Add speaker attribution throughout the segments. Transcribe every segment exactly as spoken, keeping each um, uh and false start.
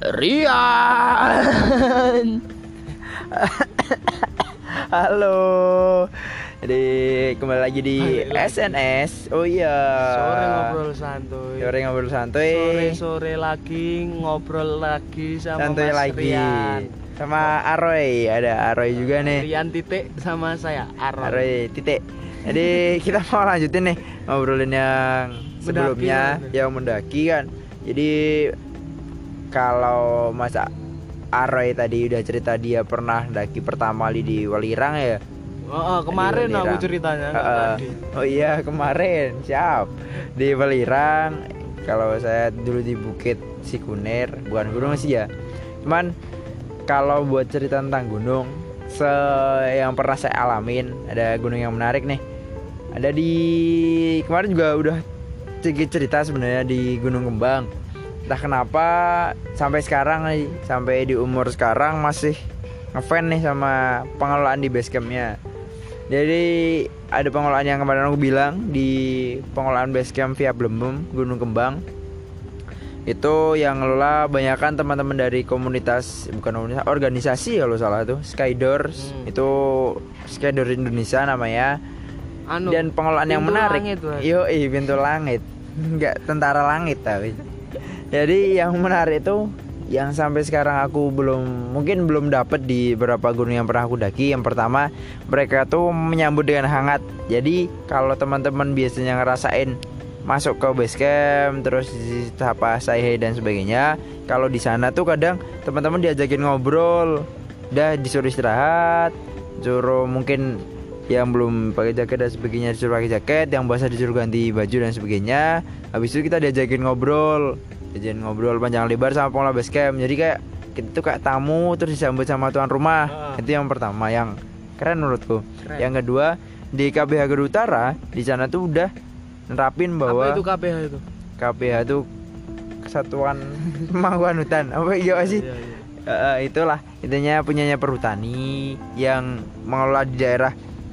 Speaker 1: Rian. Halo. Jadi kembali lagi di S N S. Oh iya.
Speaker 2: Sore ngobrol santuy.
Speaker 1: Sore ngobrol santuy.
Speaker 2: Sore-sore lagi ngobrol lagi sama
Speaker 1: santuy
Speaker 2: Mas
Speaker 1: lagi.
Speaker 2: Rian.
Speaker 1: Sama Aroy, ada Aroy juga nih.
Speaker 2: Rian titik sama saya Aroy.
Speaker 1: Aroy titik. Jadi kita mau lanjutin nih ngobrolin yang sebelumnya
Speaker 2: mendaki,
Speaker 1: yang mendaki kan. Jadi kalau Mas Aroy tadi udah cerita dia pernah daki pertama kali di Welirang ya.
Speaker 2: Oh, oh kemarin aku ceritanya.
Speaker 1: Uh, oh iya kemarin, siap di Welirang. Kalau saya dulu di Bukit Sikunir, bukan gunung sih ya. Cuman kalau buat cerita tentang gunung, se yang pernah saya alamin, ada gunung yang menarik nih. Ada di kemarin juga udah sedikit cerita sebenarnya di Gunung Kembang. Entah kenapa sampai sekarang nih, sampai di umur sekarang masih ngefan nih sama pengelolaan di base campnya. Jadi ada pengelolaan yang kemarin aku bilang di pengelolaan base camp via Blembem Gunung Kembang. Itu yang ngelola banyakan teman-teman dari komunitas, bukan komunitas, organisasi kalau salah tuh, Skydoors. Hmm. Itu Skydoors Indonesia namanya. Anu, dan pengelolaan yang menarik. Yo, ih pintu langit. Enggak tentara langit tapi. Jadi yang menarik itu yang sampai sekarang aku belum mungkin belum dapat di beberapa gunung yang pernah aku daki. Yang pertama, mereka tuh menyambut dengan hangat. Jadi kalau teman-teman biasanya ngerasain masuk ke base camp terus apa say dan sebagainya, kalau di sana tuh kadang teman-teman diajakin ngobrol, udah disuruh istirahat, suruh mungkin yang belum pakai jaket dan sebagainya disuruh pakai jaket, yang basah disuruh ganti baju dan sebagainya. Habis itu kita diajakin ngobrol, diajakin ngobrol panjang lebar sama pengelola base camp. Jadi kayak kita tuh kayak tamu terus disambut sama tuan rumah. Uh. Itu yang pertama, yang keren menurutku. Keren. Yang kedua di K B H Garut Utara, di sana tuh udah nerapin bahwa
Speaker 2: apa itu K B H itu?
Speaker 1: K B H itu Kesatuan Pemangkuan Hutan. Apa iya sih? Iya, iya. Uh, itulah intinya punyanya Perhutani yang mengelola di daerah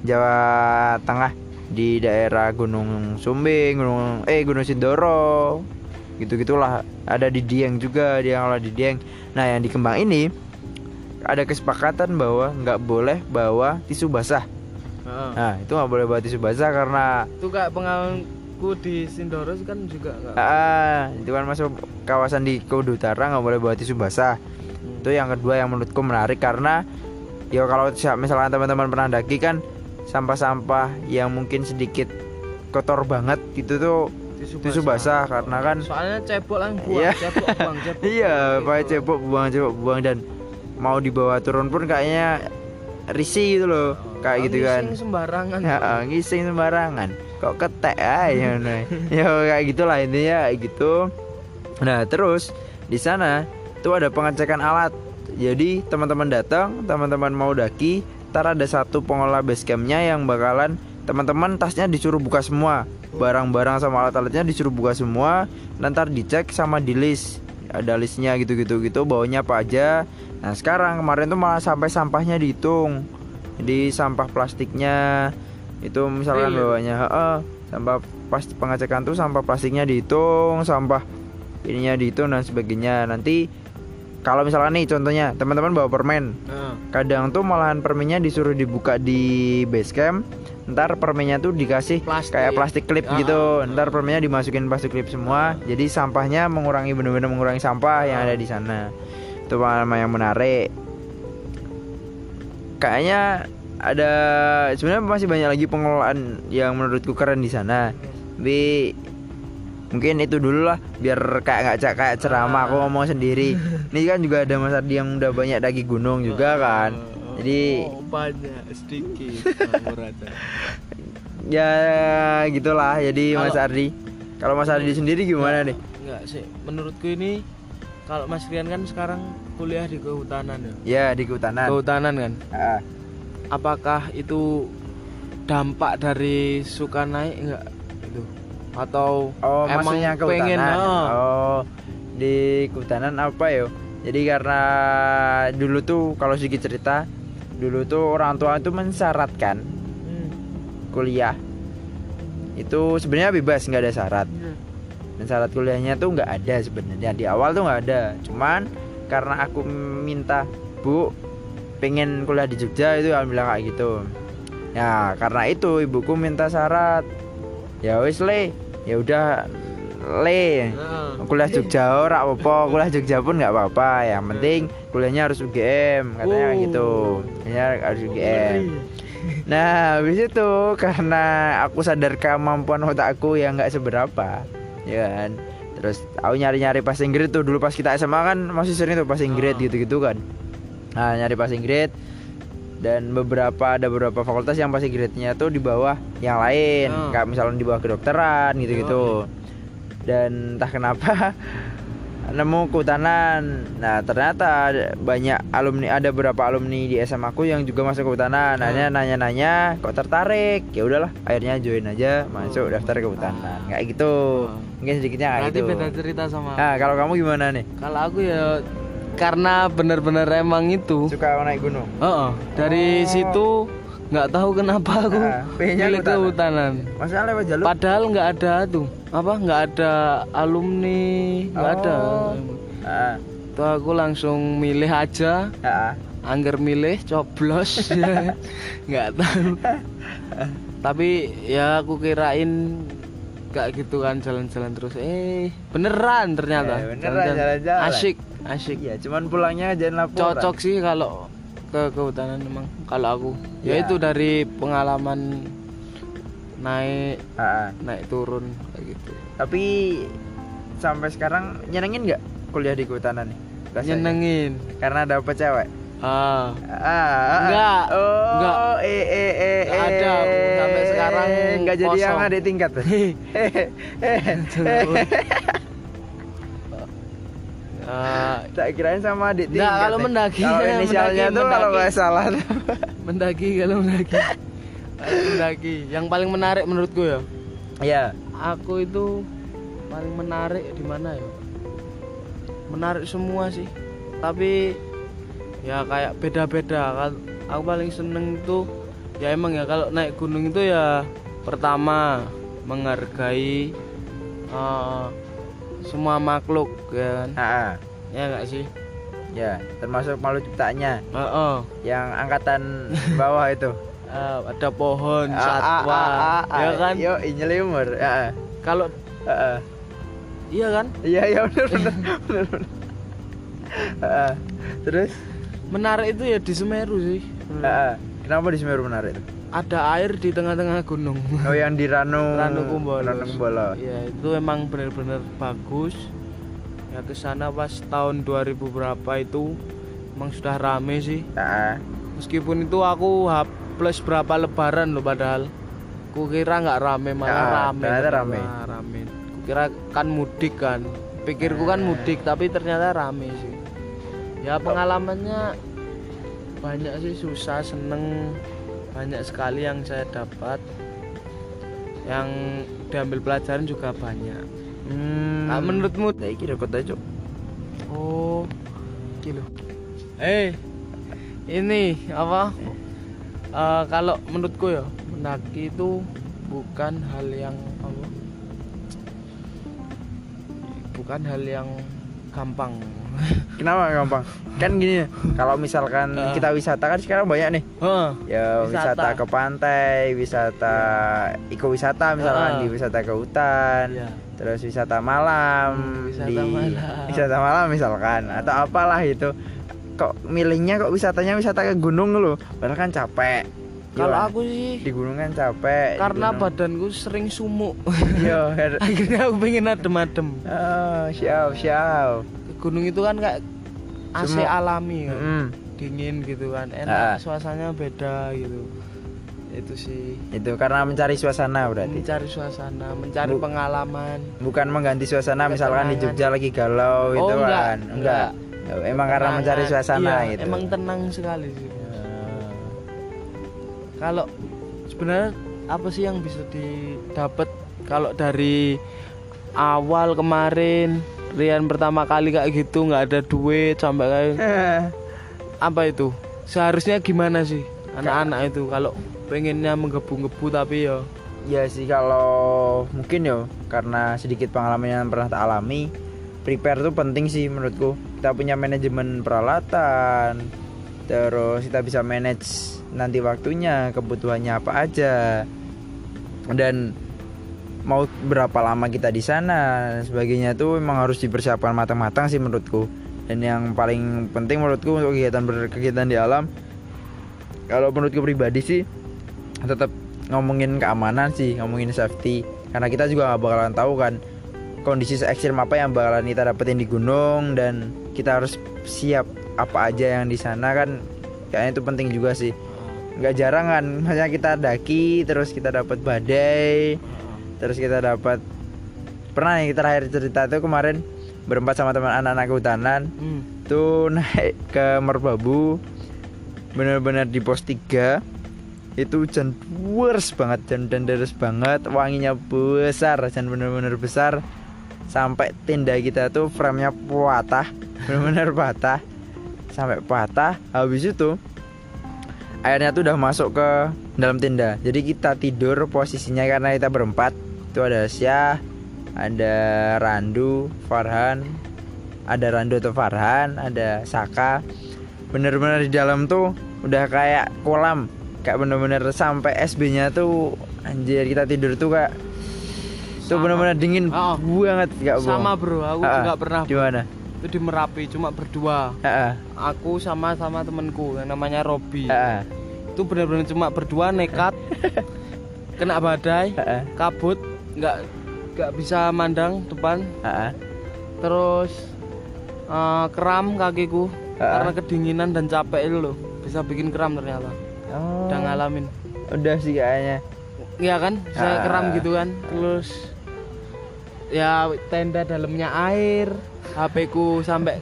Speaker 1: Jawa Tengah, di daerah Gunung Sumbing, Gunung eh Gunung Sindoro, gitu-gitulah. Ada di Dieng juga, dia ngelola di Dieng. Nah yang di Kembang ini ada kesepakatan bahwa nggak boleh bawa tisu basah. Uh. Nah itu nggak boleh bawa tisu basah karena
Speaker 2: itu kayak pengalamanku di Sindoro kan juga nggak.
Speaker 1: Ah itu kan masuk kawasan di Kudu Utara, nggak boleh bawa tisu basah. Hmm. Itu yang kedua yang menurutku menarik karena ya kalau misalnya teman-teman pernah daki kan, sampah-sampah yang mungkin sedikit kotor banget itu tuh tisu, tisu basah, basah karena kan
Speaker 2: soalnya cebok lah buang, iya. cebok buang, cebok.
Speaker 1: Iya, pakai cebok buang, cebok buang dan mau dibawa turun pun kayaknya risih gitu loh. Oh, kayak gitu kan.
Speaker 2: Ngising sembarangan.
Speaker 1: Ya, ngising sembarangan. Kok ketek aja nih. Ya kayak gitulah intinya gitu. Nah, terus di sana tuh ada pengecekan alat. Jadi teman-teman datang, teman-teman mau daki, ntar ada satu pengelola base campnya yang bakalan teman-teman tasnya disuruh buka semua, barang-barang sama alat-alatnya disuruh buka semua, ntar dicek sama di list, ada listnya gitu-gitu gitu, bawanya apa aja. Nah sekarang kemarin tuh malah sampai sampahnya dihitung, jadi sampah plastiknya itu misalkan really? bawanya, uh, sampah pas pengecekan tuh sampah plastiknya dihitung, sampah ininya dihitung dan sebagainya. Nanti kalau misalnya nih contohnya teman-teman bawa permen, uh. kadang tuh malahan permennya disuruh dibuka di base camp, ntar permennya tuh dikasih plastik. Kayak plastik clip uh. gitu, ntar permennya dimasukin plastik clip semua, uh. jadi sampahnya mengurangi benar-benar mengurangi sampah uh. yang ada di sana. Itu pengalaman yang menarik. Kayaknya ada sebenarnya masih banyak lagi pengelolaan yang menurutku keren di sana. Tapi mungkin itu dulu lah biar kayak nggak kayak ceramah aku ngomong sendiri. Ini kan juga ada Mas Ardi yang udah banyak daki gunung juga kan. Jadi
Speaker 2: oh, banyak sedikit
Speaker 1: ya gitulah. Jadi kalo, Mas Ardi, kalau Mas Ardi sendiri gimana
Speaker 2: enggak,
Speaker 1: nih?
Speaker 2: Enggak sih, menurutku ini kalau Mas Rian kan sekarang kuliah di kehutanan ya.
Speaker 1: Ya di kehutanan.
Speaker 2: Kehutanan kan.
Speaker 1: Ah.
Speaker 2: Apakah itu dampak dari suka naik enggak itu? Atau
Speaker 1: oh,
Speaker 2: emang pengen
Speaker 1: oh. oh di kehutanan apa ya? Jadi karena dulu tuh kalau sedikit cerita, dulu tuh orang tua itu mensyaratkan hmm. kuliah itu sebenarnya bebas, nggak ada syarat. hmm. Dan syarat kuliahnya tuh nggak ada sebenarnya di awal tuh nggak ada, cuman karena aku minta, Bu, pengen kuliah di Jogja, itu alhamdulillah kayak gitu. Ya karena itu ibuku minta syarat, ya wis le, ya udah le, kuliah Jogja ora apa-apa, kuliah Jogja pun nggak apa-apa, yang penting kuliahnya harus U G M katanya kayak gitu, kuliahnya harus U G M. Nah habis itu karena aku sadar kemampuan otakku yang nggak seberapa, ya kan, terus aku nyari-nyari passing grade tuh dulu pas kita S M A kan masih sering tuh passing grade gitu-gitu kan. Nah nyari passing grade, dan beberapa ada beberapa fakultas yang passing grade-nya tuh di bawah yang lain,
Speaker 2: Oh.
Speaker 1: kayak misalnya di bawah kedokteran gitu-gitu. Dan entah kenapa nemu kehutanan. Nah ternyata ada banyak alumni, ada beberapa alumni di S M A aku yang juga masuk kehutanan. Nanya nanya-nanya kok tertarik, ya udahlah akhirnya join aja masuk daftar kehutanan kayak gitu. Mungkin sedikitnya kayak
Speaker 2: Berarti
Speaker 1: gitu.
Speaker 2: beda cerita sama.
Speaker 1: Nah kalau kamu gimana nih?
Speaker 2: Kalau aku ya karena bener-bener emang itu.
Speaker 1: Suka naik gunung?
Speaker 2: Heeh, dari
Speaker 1: Oh.
Speaker 2: situ nggak tahu kenapa aku
Speaker 1: Nah, pengennya
Speaker 2: pilih
Speaker 1: kehutanan.
Speaker 2: kehutanan.
Speaker 1: Masalah lewat jalur?
Speaker 2: Padahal nggak ada tuh, apa nggak ada alumni, nggak ada.
Speaker 1: Ah,
Speaker 2: Tuh aku langsung milih aja,
Speaker 1: ah,
Speaker 2: angger milih coblos, nggak tahu. Tapi ya aku kirain nggak gitu kan, jalan-jalan terus. Eh beneran ternyata.
Speaker 1: Eh, beneran, jalan-jalan.
Speaker 2: Asik, asik.
Speaker 1: iya, cuman pulangnya jangan laporan.
Speaker 2: Cocok sih kalau ke kehutanan memang kalau aku. Ya,
Speaker 1: Ya.
Speaker 2: itu dari pengalaman naik
Speaker 1: Ah, ah.
Speaker 2: naik turun kayak gitu.
Speaker 1: Tapi sampai sekarang nyenengin nggak kuliah di kehutanan nih? Rasanya?
Speaker 2: Nyenengin.
Speaker 1: Karena dapet cewek?
Speaker 2: Ah,
Speaker 1: Ah, ah,
Speaker 2: Enggak,
Speaker 1: oh,
Speaker 2: enggak.
Speaker 1: eh, eh, eh,
Speaker 2: Enggak ada,
Speaker 1: eh,
Speaker 2: sampai sekarang
Speaker 1: nggak jadi yang
Speaker 2: kosong.
Speaker 1: adik tingkat.
Speaker 2: ah,
Speaker 1: Tak kirain sama adik
Speaker 2: Nggak,
Speaker 1: tingkat.
Speaker 2: kalau
Speaker 1: nih.
Speaker 2: mendaki,
Speaker 1: Kalau
Speaker 2: mendaki,
Speaker 1: inisialnya tuh kalau
Speaker 2: mendaki.
Speaker 1: nggak salah.
Speaker 2: mendaki kalau mendaki. Kalau mendaki. Yang paling menarik menurutku ya.
Speaker 1: Iya.
Speaker 2: Aku itu paling menarik di mana ya? Menarik semua sih. Tapi ya kayak beda-beda kan. Aku paling seneng itu ya emang ya kalau naik gunung itu ya pertama menghargai uh, semua makhluk ya kan.
Speaker 1: Ah, ah.
Speaker 2: Ya enggak sih?
Speaker 1: Ya, termasuk makhluk ciptaannya
Speaker 2: Heeh.
Speaker 1: yang angkatan bawah itu.
Speaker 2: Uh, ada pohon,
Speaker 1: Ah,
Speaker 2: satwa,
Speaker 1: ah, ah, ah,
Speaker 2: ya kan?
Speaker 1: Yo, nyelimur. Ah, ah.
Speaker 2: Kalau
Speaker 1: Ah, ah.
Speaker 2: iya kan?
Speaker 1: Iya, iya benar benar. Benar benar. Ah, ah. Terus
Speaker 2: Menarik itu ya di Semeru sih.
Speaker 1: ah, ah. Kenapa di Semeru menarik itu?
Speaker 2: Ada air di tengah-tengah gunung.
Speaker 1: Oh, yang di Ranu
Speaker 2: Ranu Kumbolos.
Speaker 1: Ranu Kumbolos.
Speaker 2: Ya itu emang benar-benar bagus. Ya ke sana pas tahun dua ribu berapa itu emang sudah rame sih.
Speaker 1: Ah, ah.
Speaker 2: Meskipun itu aku H plus berapa lebaran loh padahal. Ku kira nggak rame malah
Speaker 1: Ah,
Speaker 2: rame.
Speaker 1: ternyata
Speaker 2: ternyata
Speaker 1: rame.
Speaker 2: rame. Ku kira kan mudik kan. Pikirku kan mudik tapi ternyata rame sih. Ya pengalamannya banyak sih, susah, seneng, banyak sekali yang saya dapat. Yang diambil pelajaran juga banyak.
Speaker 1: Hmm.
Speaker 2: Nah, menurutmu?
Speaker 1: Ya iki rekod aja.
Speaker 2: Oh, kilo. Eh, ini apa? Eh, kalau menurutku ya, mendaki itu bukan hal yang apa? Bukan hal yang gampang.
Speaker 1: Kenapa gampang? Kan gini, kalau misalkan
Speaker 2: Ah.
Speaker 1: kita wisata kan sekarang banyak nih.
Speaker 2: Hah,
Speaker 1: Ya wisata,
Speaker 2: Wisata.
Speaker 1: ke pantai, wisata ekowisata misalkan
Speaker 2: Ah.
Speaker 1: di wisata ke hutan.
Speaker 2: iya.
Speaker 1: Terus wisata malam
Speaker 2: Hmm, wisata
Speaker 1: di
Speaker 2: malam.
Speaker 1: wisata malam misalkan atau apalah itu. Kok milihnya kok wisatanya wisata ke gunung loh? Padahal kan capek.
Speaker 2: Kalau
Speaker 1: Gimana?
Speaker 2: aku sih
Speaker 1: di gunung kan capek. di
Speaker 2: karena
Speaker 1: gunung.
Speaker 2: badanku sering sumuk.
Speaker 1: Yo, her-
Speaker 2: Akhirnya aku pengen adem-adem.
Speaker 1: oh, siap, siap.
Speaker 2: Ke gunung itu kan kayak A C
Speaker 1: Sumuk.
Speaker 2: alami kan.
Speaker 1: Mm.
Speaker 2: Dingin gitu kan,
Speaker 1: Ah.
Speaker 2: enak, suasananya beda gitu. Itu sih
Speaker 1: Itu karena mencari suasana berarti.
Speaker 2: mencari suasana, mencari
Speaker 1: Bu-
Speaker 2: pengalaman.
Speaker 1: Bukan mengganti suasana misalkan di
Speaker 2: Ketenangan.
Speaker 1: Jogja lagi galau
Speaker 2: Oh,
Speaker 1: itu
Speaker 2: enggak,
Speaker 1: kan. Enggak. Ya, emang karena
Speaker 2: Ketenangan.
Speaker 1: mencari suasana
Speaker 2: Iya,
Speaker 1: gitu.
Speaker 2: emang tenang sekali sih.
Speaker 1: Ya.
Speaker 2: Kalau sebenarnya apa sih yang bisa didapat kalau dari awal kemarin Rian pertama kali kayak gitu nggak ada duit sampai kayak apa itu? Seharusnya gimana sih anak-anak itu kalau pengennya menggebu-gebu tapi ya
Speaker 1: Ya sih kalau mungkin yo karena sedikit pengalaman yang pernah tak alami, prepare tuh penting sih menurutku. kita punya manajemen peralatan, terus kita bisa manage nanti waktunya, kebutuhannya apa aja, dan mau berapa lama kita di sana dan sebagainya tuh memang harus dipersiapkan matang-matang sih menurutku. Dan yang paling penting menurutku untuk kegiatan berkegiatan di alam, kalau menurutku pribadi sih tetap ngomongin keamanan sih, ngomongin safety, karena kita juga nggak bakalan tahu kan kondisi ekstrim apa yang bakalan kita dapetin di gunung, dan kita harus siap apa aja yang di sana kan, kayaknya itu penting juga sih. Nggak jarang kan, misalnya kita daki terus kita dapat badai, terus kita dapat, pernah nih terakhir cerita tuh kemarin berempat sama teman anak-anak kehutanan hmm. tuh naik ke Merbabu, bener-bener di pos tiga itu hujan deres banget, hujan deres banget, wanginya besar, hujan bener-bener besar, sampai tenda kita tuh frame-nya patah, bener-bener patah, sampai patah. Habis itu airnya tuh udah masuk ke dalam tenda, jadi kita tidur posisinya karena kita berempat, itu ada Syah, ada Randu, Farhan, ada Randu atau Farhan, ada Saka. Bener-bener di dalam tuh udah kayak kolam, kayak bener-bener sampai S B-nya tuh anjir, kita tidur tuh kayak sama. Tuh bener-bener dingin oh, banget gak
Speaker 2: sama bro, aku
Speaker 1: Ha-ha.
Speaker 2: juga pernah.
Speaker 1: Di mana?
Speaker 2: Itu di Merapi, cuma berdua. Ha-ha. Aku sama sama temanku yang namanya Robi. Ha-ha. Itu bener-bener cuma berdua nekat kena badai, Ha-ha. kabut, nggak nggak bisa mandang depan. Ha-ha. Terus uh, kram kakiku Ha-ha. karena kedinginan dan capek itu loh, bisa bikin kram ternyata. Oh. Udah ngalamin.
Speaker 1: Udah sih kayaknya.
Speaker 2: Iya kan, saya kram gitu kan. Terus ya tenda dalamnya air, H P ku sampai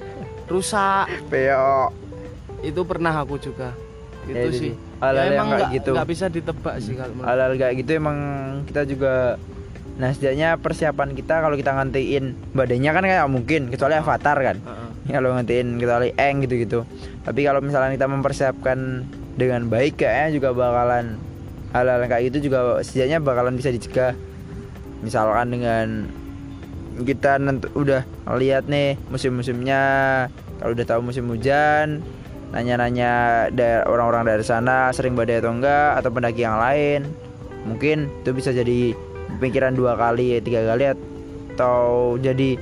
Speaker 2: rusak. Peo. Itu pernah aku juga. Itu ya, sih.
Speaker 1: Hal-hal
Speaker 2: ya, emang
Speaker 1: kayak gitu.
Speaker 2: Nggak bisa ditebak sih kalau menurut.
Speaker 1: Hal-hal kayak gitu emang kita juga. Nah setidaknya persiapan kita kalau kita ngantiin badainya kan kayak mungkin, kecuali Avatar kan. Uh-uh. Kalau ngantiin kecuali Eng gitu-gitu. Tapi kalau misalnya kita mempersiapkan dengan baik, kayaknya juga bakalan hal-hal kayak gitu juga setidaknya bakalan bisa dicegah. Misalkan dengan kita nentu, udah lihat nih musim-musimnya, kalau udah tahu musim hujan, nanya-nanya daerah, orang-orang dari sana sering badai atau enggak, atau pendaki yang lain, mungkin itu bisa jadi pikiran dua kali, tiga kali, atau jadi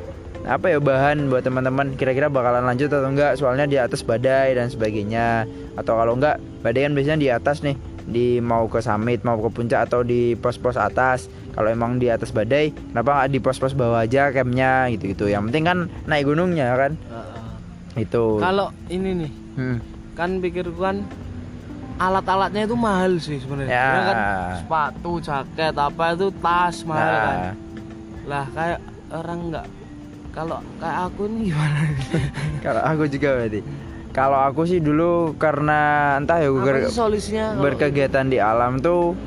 Speaker 1: apa ya, bahan buat teman-teman kira-kira bakalan lanjut atau enggak, soalnya di atas badai dan sebagainya. Atau kalau enggak, badai kan biasanya di atas nih, di mau ke summit, mau ke puncak, atau di pos-pos atas. Kalau emang di atas badai, kenapa nggak di pos-pos bawah aja campnya gitu-gitu. Yang penting kan naik gunungnya kan. Uh-uh. Itu.
Speaker 2: Kalau ini nih, hmm. kan pikirku kan alat-alatnya itu mahal sih sebenarnya. Ya. Ya kan sepatu, jaket, apa itu tas mahal nah. kan. Lah kayak orang nggak. Kalau kayak aku nih gimana?
Speaker 1: Kalau aku juga berarti. Kalau aku sih dulu karena entah ya ber-
Speaker 2: solusinya
Speaker 1: berkegiatan di alam tuh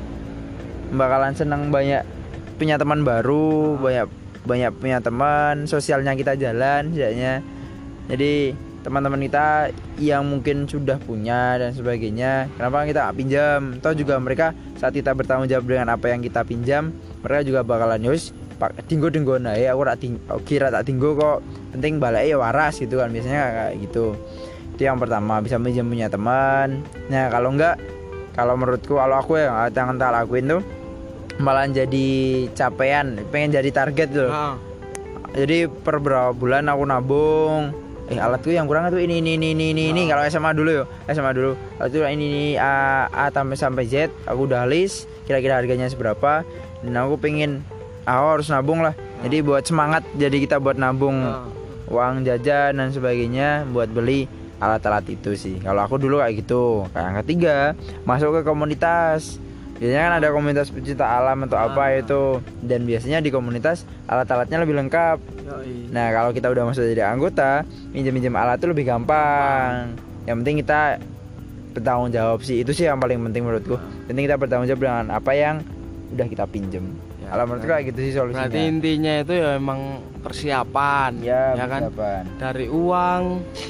Speaker 1: bakalan seneng, banyak punya teman baru, ah. banyak banyak punya teman, sosialnya kita jalan jadinya. Jadi teman-teman kita yang mungkin sudah punya dan sebagainya, kenapa kita gak pinjam? Toh juga mereka saat kita bertanggung jawab dengan apa yang kita pinjam, mereka juga bakalan yus pak tinggo-tinggo nah ya aku tak ting- kira tak tinggo kok, penting balai ya waras gitu kan, biasanya kayak gitu. Itu yang pertama, bisa pinjam punya teman. Nah kalau enggak, kalau menurutku, kalau aku yang yang tak lakuin tuh malah jadi capaian, pengen jadi target tuh. Nah. Jadi per berapa bulan aku nabung, eh alatku yang kurang tuh ini ini ini ini ini, ini. Kalau S M A dulu yo, S M A dulu alat itu ini ini A, A sampai sampai Z aku udah list kira-kira harganya seberapa, dan aku pengen aku harus nabung lah. Jadi buat semangat, jadi kita buat nabung uang jajan dan sebagainya buat beli alat-alat itu sih. Kalau aku dulu kayak gitu. Yang ketiga, masuk ke komunitas. Biasanya kan ada komunitas pecinta alam atau apa ah. itu, dan biasanya di komunitas alat-alatnya lebih lengkap. Yoi. Nah kalau kita udah masuk jadi anggota, minjem-minjem alat itu lebih gampang. ah. Yang penting kita bertanggung jawab sih, itu sih yang paling penting menurutku. ah. Penting kita bertanggung jawab dengan apa yang udah kita pinjem. Ya, kalau menurutku kayak gitu sih solusinya.
Speaker 2: Berarti intinya itu ya emang persiapan, ya, ya persiapan. Kan dari uang,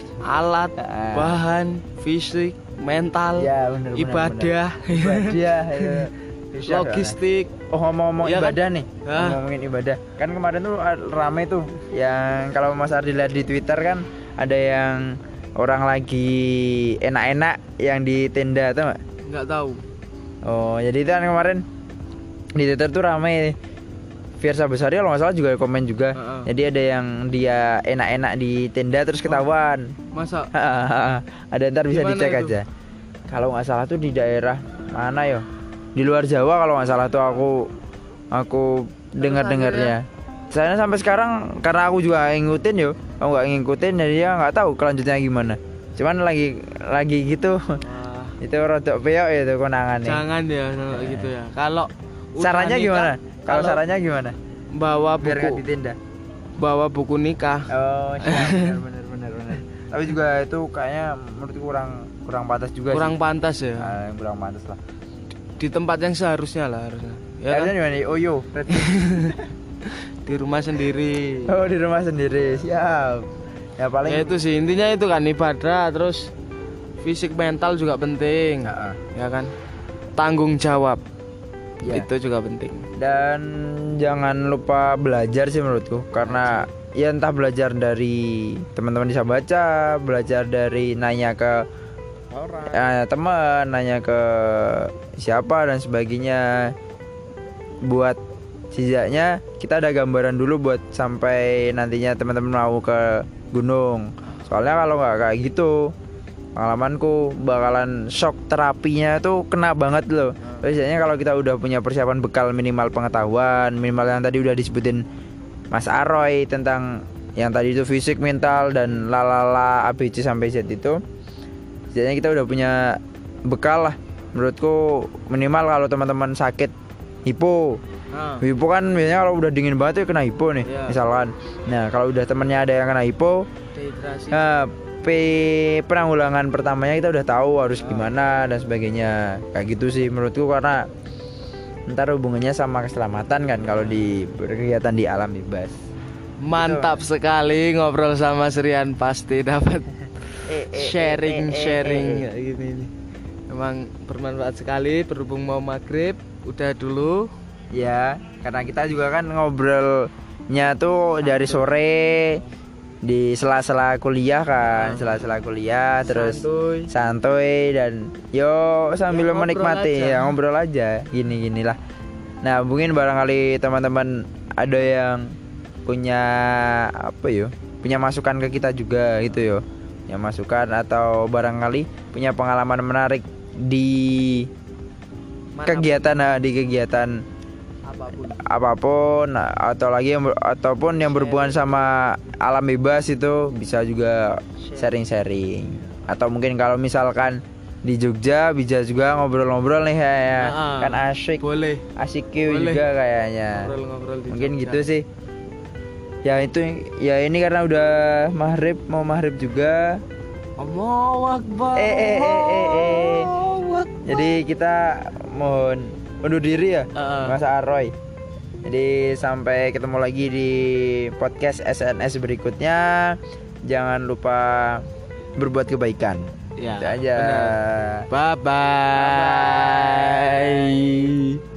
Speaker 2: alat, ah. bahan, fisik, mental, ya, bener, ibadah,
Speaker 1: bener, bener. ibadah,
Speaker 2: logistik,
Speaker 1: Oh ngomong-ngomong
Speaker 2: Iya kan?
Speaker 1: ibadah nih,
Speaker 2: Ah.
Speaker 1: ngomongin ibadah. Kan kemarin tuh ah, rame tuh, yang kalau Mas Ardi lihat di Twitter kan ada yang orang lagi enak-enak yang di tenda tuh nggak?
Speaker 2: Nggak tahu.
Speaker 1: Oh jadi itu kan kemarin di Twitter tuh rame. Fiersa Besari kalau nggak salah juga komen juga.
Speaker 2: Heeh.
Speaker 1: Jadi ada yang dia enak-enak di tenda terus ketahuan.
Speaker 2: Masa
Speaker 1: Ada ntar bisa
Speaker 2: Gimana
Speaker 1: dicek
Speaker 2: itu?
Speaker 1: aja. Kalau nggak salah tuh di daerah mana yo? Di luar Jawa kalau nggak salah tuh aku aku dengar-dengarnya. Saya sampai sekarang karena aku juga nggak ngikutin yo, aku nggak ngikutin jadi ya nggak tahu kelanjutannya gimana. Cuman lagi lagi gitu
Speaker 2: Wah,
Speaker 1: itu rodok peyok itu konangannya.
Speaker 2: jangan ya kalau gitu ya. Kalau udah
Speaker 1: Sarannya
Speaker 2: nikah,
Speaker 1: gimana? Kalau
Speaker 2: kalau
Speaker 1: sarannya gimana?
Speaker 2: bawa
Speaker 1: Biar nggak
Speaker 2: buku
Speaker 1: di tenda.
Speaker 2: bawa buku nikah.
Speaker 1: Oh, benar benar benar benar. Tapi juga itu kayaknya menurutku kurang kurang pantas juga
Speaker 2: Kurang
Speaker 1: sih.
Speaker 2: pantas ya.
Speaker 1: Ah, kurang pantas lah.
Speaker 2: Di tempat yang seharusnya lah harusnya. Ya
Speaker 1: Harusnya
Speaker 2: kan?
Speaker 1: di mana? Oh yo,
Speaker 2: Di rumah sendiri.
Speaker 1: oh di rumah sendiri. Siap. Ya paling
Speaker 2: Ya itu sih intinya itu kan ibadah, terus fisik mental juga penting.
Speaker 1: Heeh.
Speaker 2: Ya kan? Tanggung jawab.
Speaker 1: Ya.
Speaker 2: Itu juga penting.
Speaker 1: Dan jangan lupa belajar sih menurutku karena ya entah belajar dari teman-teman bisa baca, belajar dari nanya ke
Speaker 2: Orang.
Speaker 1: eh, teman, nanya ke siapa dan sebagainya. Buat setidaknya kita ada gambaran dulu buat sampai nantinya teman-teman mau ke gunung. Soalnya kalau nggak kayak gitu, pengalamanku bakalan shock terapinya tuh kena banget loh. Biasanya kalau kita udah punya persiapan bekal minimal pengetahuan, minimal yang tadi udah disebutin Mas Aroy tentang yang tadi itu fisik, mental dan lalala A B C sampai Z itu, setidaknya kita udah punya bekal lah. Menurutku minimal kalau teman-teman sakit hipo,
Speaker 2: Nah,
Speaker 1: hipo kan biasanya kalau udah dingin banget ya kena hipo nih,
Speaker 2: Iya.
Speaker 1: misalkan. Nah kalau udah temennya ada yang kena hipo,
Speaker 2: dehidrasi.
Speaker 1: nah, P penanggulangan pertamanya kita udah tahu harus gimana dan sebagainya. Kayak gitu sih menurutku karena ntar hubungannya sama keselamatan kan kalau di berkegiatan di alam bebas.
Speaker 2: Mantap sekali ngobrol sama Srian, pasti dapat
Speaker 1: Eh, eh,
Speaker 2: sharing
Speaker 1: eh, eh, eh,
Speaker 2: sharing
Speaker 1: eh, eh.
Speaker 2: kayak gini nih. Emang bermanfaat sekali. Berhubung mau maghrib, udah dulu.
Speaker 1: Ya, karena kita juga kan ngobrolnya tuh dari sore di sela-sela kuliah kan, sela-sela kuliah terus
Speaker 2: Santuy.
Speaker 1: santuy dan yo sambil
Speaker 2: Ya, ngobrol
Speaker 1: menikmati
Speaker 2: aja.
Speaker 1: ya ngobrol aja gini-ginilah. Nah, mungkin barangkali teman-teman ada yang punya apa yo, punya masukan ke kita juga gitu yo. Yang masukan atau barangkali punya pengalaman menarik di
Speaker 2: Manapun,
Speaker 1: kegiatan nah, di kegiatan
Speaker 2: apapun.
Speaker 1: apapun atau lagi yang ber- ataupun yang berhubungan sama alam bebas itu bisa juga sharing-sharing. Atau mungkin kalau misalkan di Jogja bisa juga ngobrol-ngobrol nih ya, ya.
Speaker 2: Nah,
Speaker 1: Kan asyik
Speaker 2: Boleh
Speaker 1: asik
Speaker 2: Boleh.
Speaker 1: juga kayaknya.
Speaker 2: ngobrol-ngobrol di
Speaker 1: Mungkin
Speaker 2: Jogja.
Speaker 1: gitu sih. Ya itu ya ini karena udah maghrib mau maghrib juga.
Speaker 2: Allahu Akbar.
Speaker 1: Eh, eh, eh, eh, eh.
Speaker 2: Allahu Akbar.
Speaker 1: Jadi kita mohon undur diri ya,
Speaker 2: Heeh.
Speaker 1: Mas Aroy. Jadi sampai ketemu lagi di podcast S N S berikutnya. Jangan lupa berbuat kebaikan.
Speaker 2: Ya,
Speaker 1: Itu aja.
Speaker 2: benar. Bye bye.